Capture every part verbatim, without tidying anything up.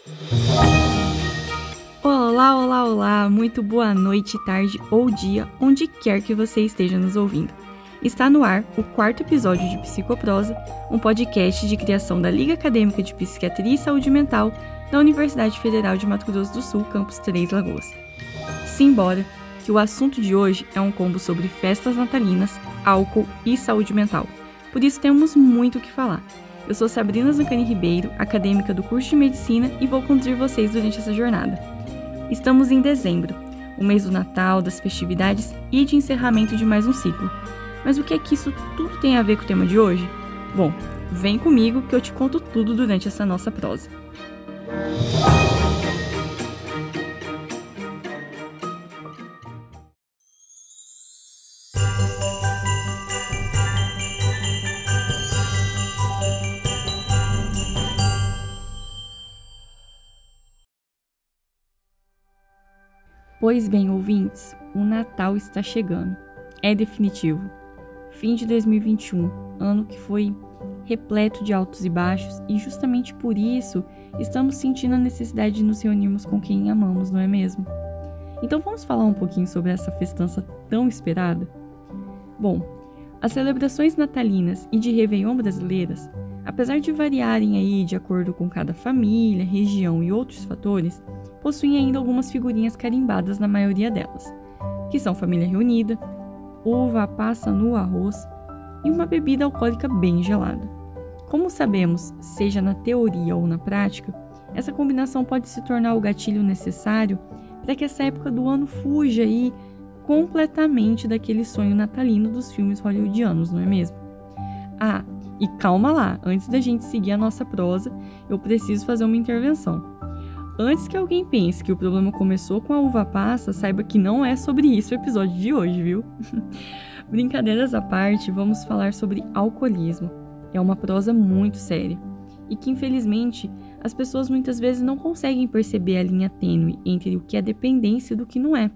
Olá, olá, olá! Muito boa noite, tarde ou dia, onde quer que você esteja nos ouvindo. Está no ar o quarto episódio de Psicoprosa, um podcast de criação da Liga Acadêmica de Psiquiatria e Saúde Mental da Universidade Federal de Mato Grosso do Sul, campus Três Lagoas. Simbora, que o assunto de hoje é um combo sobre festas natalinas, álcool e saúde mental. Por isso temos muito o que falar. Eu sou Sabrina Zancani Ribeiro, acadêmica do curso de Medicina, e vou conduzir vocês durante essa jornada. Estamos em dezembro, o mês do Natal, das festividades e de encerramento de mais um ciclo. Mas o que é que isso tudo tem a ver com o tema de hoje? Bom, vem comigo que eu te conto tudo durante essa nossa prosa. Pois bem, ouvintes, o Natal está chegando. É definitivo. Fim de dois mil e vinte e um, ano que foi repleto de altos e baixos, e justamente por isso estamos sentindo a necessidade de nos reunirmos com quem amamos, não é mesmo? Então vamos falar um pouquinho sobre essa festança tão esperada? Bom, as celebrações natalinas e de Réveillon brasileiras, apesar de variarem aí de acordo com cada família, região e outros fatores, possuem ainda algumas figurinhas carimbadas na maioria delas, que são família reunida, uva passa no arroz e uma bebida alcoólica bem gelada. Como sabemos, seja na teoria ou na prática, essa combinação pode se tornar o gatilho necessário para que essa época do ano fuja aí completamente daquele sonho natalino dos filmes hollywoodianos, não é mesmo? Ah, e calma lá, antes da gente seguir a nossa prosa, eu preciso fazer uma intervenção. Antes que alguém pense que o problema começou com a uva passa, saiba que não é sobre isso o episódio de hoje, viu? Brincadeiras à parte, vamos falar sobre alcoolismo. É uma prosa muito séria e que, infelizmente, as pessoas muitas vezes não conseguem perceber a linha tênue entre o que é dependência e do que não é.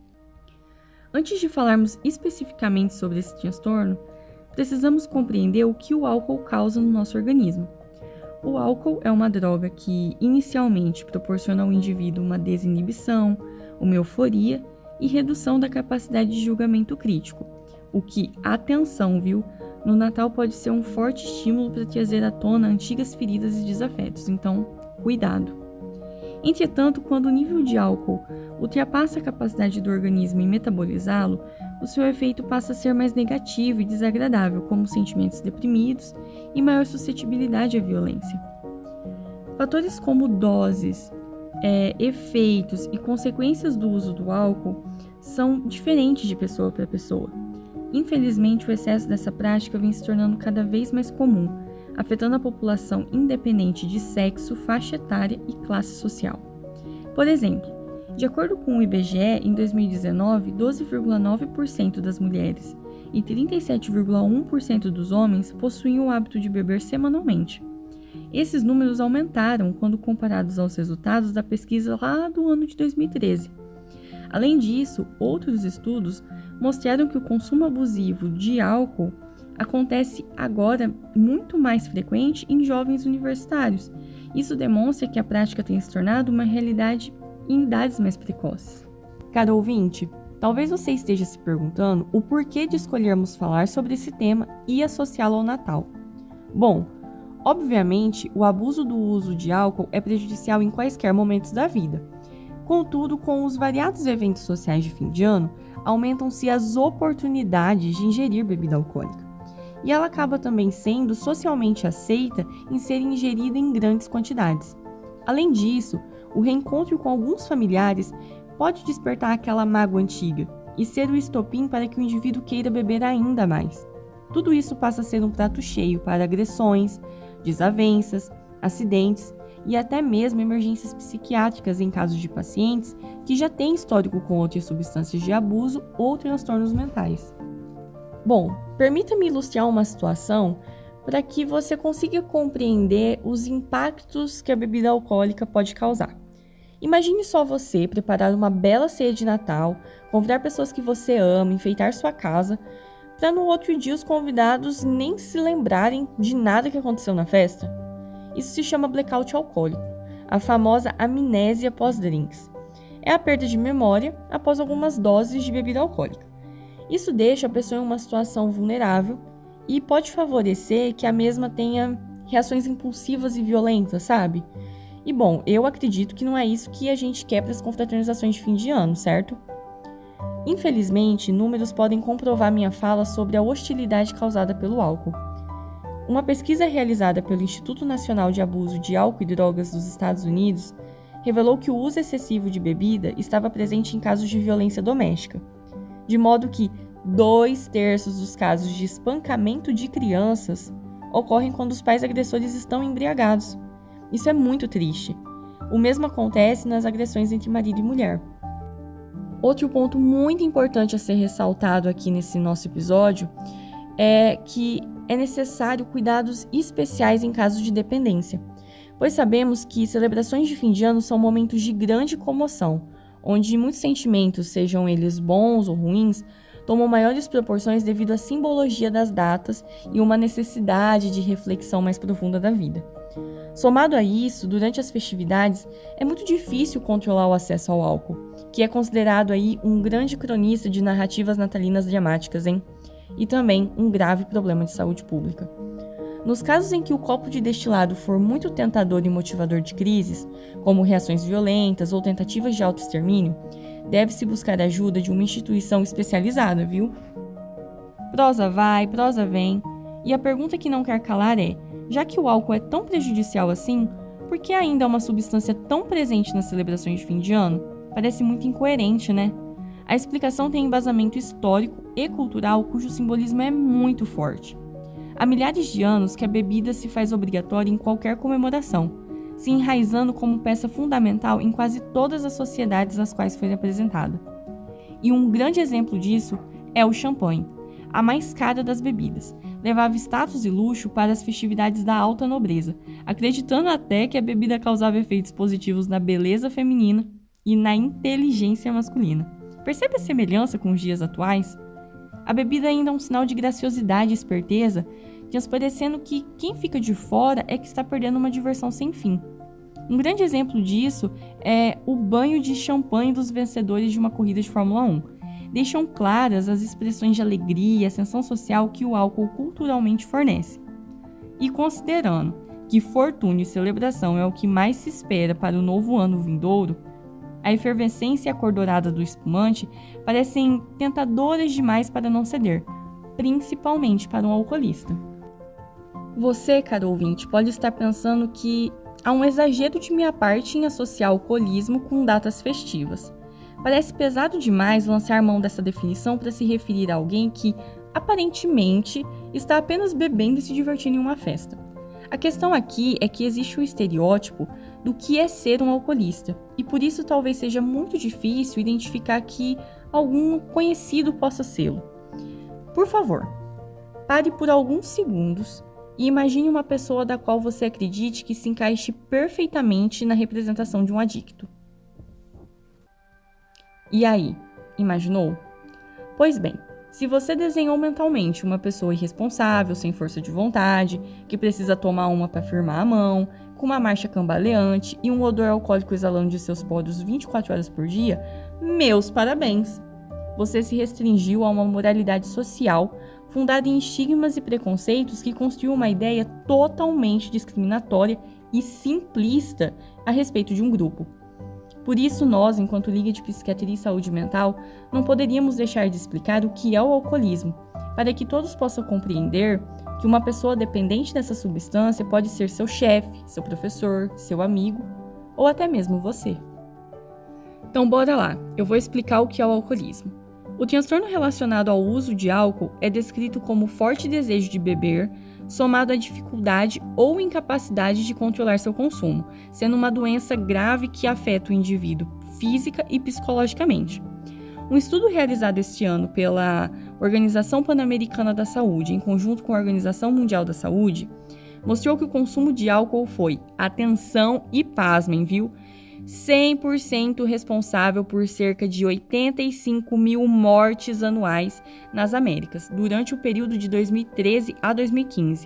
Antes de falarmos especificamente sobre esse transtorno, precisamos compreender o que o álcool causa no nosso organismo. O álcool é uma droga que, inicialmente, proporciona ao indivíduo uma desinibição, uma euforia e redução da capacidade de julgamento crítico, o que, atenção, viu, no Natal pode ser um forte estímulo para trazer à tona antigas feridas e desafetos, então, cuidado. Entretanto, quando o nível de álcool ultrapassa a capacidade do organismo em metabolizá-lo, o seu efeito passa a ser mais negativo e desagradável, como sentimentos deprimidos e maior suscetibilidade à violência. Fatores como doses, é, efeitos e consequências do uso do álcool são diferentes de pessoa para pessoa. Infelizmente, o excesso dessa prática vem se tornando cada vez mais comum, afetando a população independente de sexo, faixa etária e classe social. Por exemplo, de acordo com o I B G E, em dois mil e dezenove, doze vírgula nove por cento das mulheres e trinta e sete vírgula um por cento dos homens possuíam o hábito de beber semanalmente. Esses números aumentaram quando comparados aos resultados da pesquisa lá do ano de dois mil e treze. Além disso, outros estudos mostraram que o consumo abusivo de álcool acontece agora muito mais frequente em jovens universitários. Isso demonstra que a prática tem se tornado uma realidade em idades mais precoces. Caro ouvinte, talvez você esteja se perguntando o porquê de escolhermos falar sobre esse tema e associá-lo ao Natal. Bom, obviamente, o abuso do uso de álcool é prejudicial em quaisquer momentos da vida. Contudo, com os variados eventos sociais de fim de ano, aumentam-se as oportunidades de ingerir bebida alcoólica. E ela acaba também sendo socialmente aceita em ser ingerida em grandes quantidades. Além disso, o reencontro com alguns familiares pode despertar aquela mágoa antiga e ser o estopim para que o indivíduo queira beber ainda mais. Tudo isso passa a ser um prato cheio para agressões, desavenças, acidentes e até mesmo emergências psiquiátricas em casos de pacientes que já têm histórico com outras substâncias de abuso ou transtornos mentais. Bom, permita-me ilustrar uma situação para que você consiga compreender os impactos que a bebida alcoólica pode causar. Imagine só você preparar uma bela ceia de Natal, convidar pessoas que você ama, enfeitar sua casa, para no outro dia os convidados nem se lembrarem de nada que aconteceu na festa. Isso se chama blackout alcoólico. a famosa amnésia pós-drinks. É a perda de memória após algumas doses de bebida alcoólica. Isso deixa a pessoa em uma situação vulnerável e pode favorecer que a mesma tenha reações impulsivas e violentas, sabe? E bom, eu acredito que não é isso que a gente quer para as confraternizações de fim de ano, certo? Infelizmente, números podem comprovar minha fala sobre a hostilidade causada pelo álcool. Uma pesquisa realizada pelo Instituto Nacional de Abuso de Álcool e Drogas dos Estados Unidos revelou que o uso excessivo de bebida estava presente em casos de violência doméstica, de modo que dois terços dos casos de espancamento de crianças ocorrem quando os pais agressores estão embriagados. Isso é muito triste. O mesmo acontece nas agressões entre marido e mulher. Outro ponto muito importante a ser ressaltado aqui nesse nosso episódio é que é necessário cuidados especiais em casos de dependência, pois sabemos que celebrações de fim de ano são momentos de grande comoção, onde muitos sentimentos, sejam eles bons ou ruins, tomam maiores proporções devido à simbologia das datas e uma necessidade de reflexão mais profunda da vida. Somado a isso, durante as festividades, é muito difícil controlar o acesso ao álcool, que é considerado aí um grande cronista de narrativas natalinas dramáticas, hein? E também um grave problema de saúde pública. Nos casos em que o copo de destilado for muito tentador e motivador de crises, como reações violentas ou tentativas de autoextermínio, deve-se buscar a ajuda de uma instituição especializada, viu? Prosa vai, prosa vem, e a pergunta que não quer calar é: já que o álcool é tão prejudicial assim, por que ainda é uma substância tão presente nas celebrações de fim de ano? Parece muito incoerente, né? A explicação tem embasamento histórico e cultural cujo simbolismo é muito forte. Há milhares de anos que a bebida se faz obrigatória em qualquer comemoração, se enraizando como peça fundamental em quase todas as sociedades às quais foi apresentada. E um grande exemplo disso é o champanhe, a mais cara das bebidas. Levava status e luxo para as festividades da alta nobreza, acreditando até que a bebida causava efeitos positivos na beleza feminina e na inteligência masculina. Percebe a semelhança com os dias atuais? A bebida ainda é um sinal de graciosidade e esperteza, transparecendo que quem fica de fora é que está perdendo uma diversão sem fim. Um grande exemplo disso é o banho de champanhe dos vencedores de uma corrida de Fórmula um. Deixam claras as expressões de alegria e ascensão social que o álcool culturalmente fornece. E considerando que fortuna e celebração é o que mais se espera para o novo ano vindouro, a efervescência e a cor dourada do espumante parecem tentadoras demais para não ceder, principalmente para um alcoolista. Você, caro ouvinte, pode estar pensando que há um exagero de minha parte em associar alcoolismo com datas festivas. Parece pesado demais lançar mão dessa definição para se referir a alguém que, aparentemente, está apenas bebendo e se divertindo em uma festa. A questão aqui é que existe o estereótipo do que é ser um alcoolista, e por isso talvez seja muito difícil identificar que algum conhecido possa sê-lo. Por favor, pare por alguns segundos e imagine uma pessoa da qual você acredite que se encaixe perfeitamente na representação de um adicto. E aí, imaginou? Pois bem, se você desenhou mentalmente uma pessoa irresponsável, sem força de vontade, que precisa tomar uma para firmar a mão, com uma marcha cambaleante e um odor alcoólico exalando de seus poros vinte e quatro horas por dia, meus parabéns! Você se restringiu a uma moralidade social fundada em estigmas e preconceitos que construiu uma ideia totalmente discriminatória e simplista a respeito de um grupo. Por isso, nós, enquanto Liga de Psiquiatria e Saúde Mental, não poderíamos deixar de explicar o que é o alcoolismo, para que todos possam compreender que uma pessoa dependente dessa substância pode ser seu chefe, seu professor, seu amigo ou até mesmo você. Então, bora lá, eu vou explicar o que é o alcoolismo. O transtorno relacionado ao uso de álcool é descrito como forte desejo de beber, somado à dificuldade ou incapacidade de controlar seu consumo, sendo uma doença grave que afeta o indivíduo física e psicologicamente. Um estudo realizado este ano pela Organização Pan-Americana da Saúde, em conjunto com a Organização Mundial da Saúde, mostrou que o consumo de álcool foi, atenção e pasmem, viu? cem por cento responsável por cerca de oitenta e cinco mil mortes anuais nas Américas, durante o período de dois mil e treze a dois mil e quinze.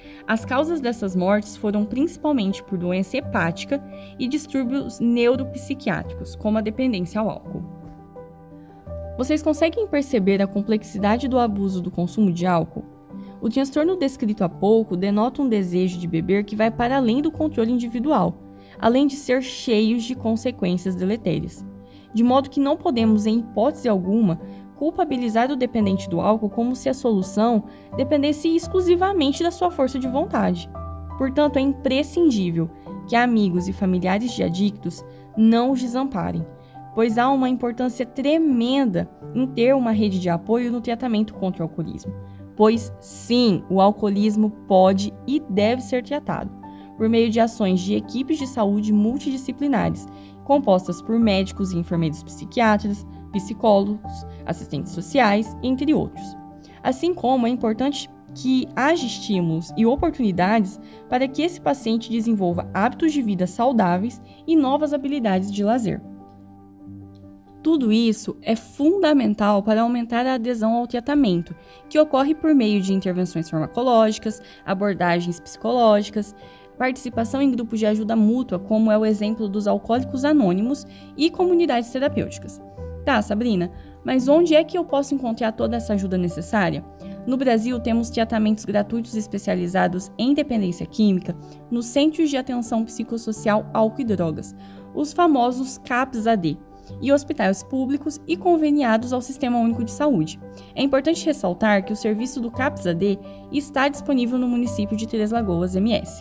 As causas dessas mortes foram principalmente por doença hepática e distúrbios neuropsiquiátricos, como a dependência ao álcool. Vocês conseguem perceber a complexidade do abuso do consumo de álcool? O transtorno descrito há pouco denota um desejo de beber que vai para além do controle individual, além de ser cheio de consequências deletérias. De modo que não podemos, em hipótese alguma, culpabilizar o dependente do álcool como se a solução dependesse exclusivamente da sua força de vontade. Portanto, é imprescindível que amigos e familiares de adictos não os desamparem, pois há uma importância tremenda em ter uma rede de apoio no tratamento contra o alcoolismo. Pois, sim, o alcoolismo pode e deve ser tratado por meio de ações de equipes de saúde multidisciplinares, compostas por médicos e enfermeiros psiquiatras, psicólogos, assistentes sociais, entre outros. Assim como é importante que haja estímulos e oportunidades para que esse paciente desenvolva hábitos de vida saudáveis e novas habilidades de lazer. Tudo isso é fundamental para aumentar a adesão ao tratamento, que ocorre por meio de intervenções farmacológicas, abordagens psicológicas, participação em grupos de ajuda mútua, como é o exemplo dos Alcoólicos Anônimos, e comunidades terapêuticas. Tá, Sabrina, mas onde é que eu posso encontrar toda essa ajuda necessária? No Brasil, temos tratamentos gratuitos especializados em dependência química nos Centros de Atenção Psicossocial Álcool e Drogas, os famosos CAPS A D, e hospitais públicos e conveniados ao Sistema Único de Saúde. É importante ressaltar que o serviço do CAPS A D está disponível no município de Três Lagoas, M S.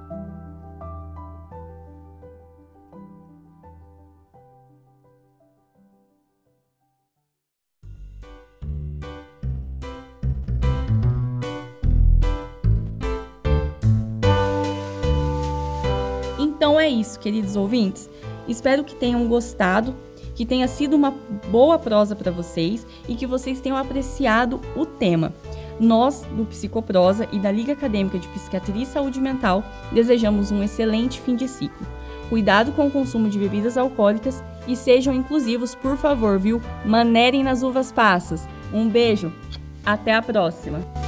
Então é isso, queridos ouvintes. Espero que tenham gostado, que tenha sido uma boa prosa para vocês e que vocês tenham apreciado o tema. Nós, do Psicoprosa e da Liga Acadêmica de Psiquiatria e Saúde Mental, desejamos um excelente fim de ciclo. Cuidado com o consumo de bebidas alcoólicas e sejam inclusivos, por favor, viu? Manerem nas uvas passas. Um beijo, até a próxima!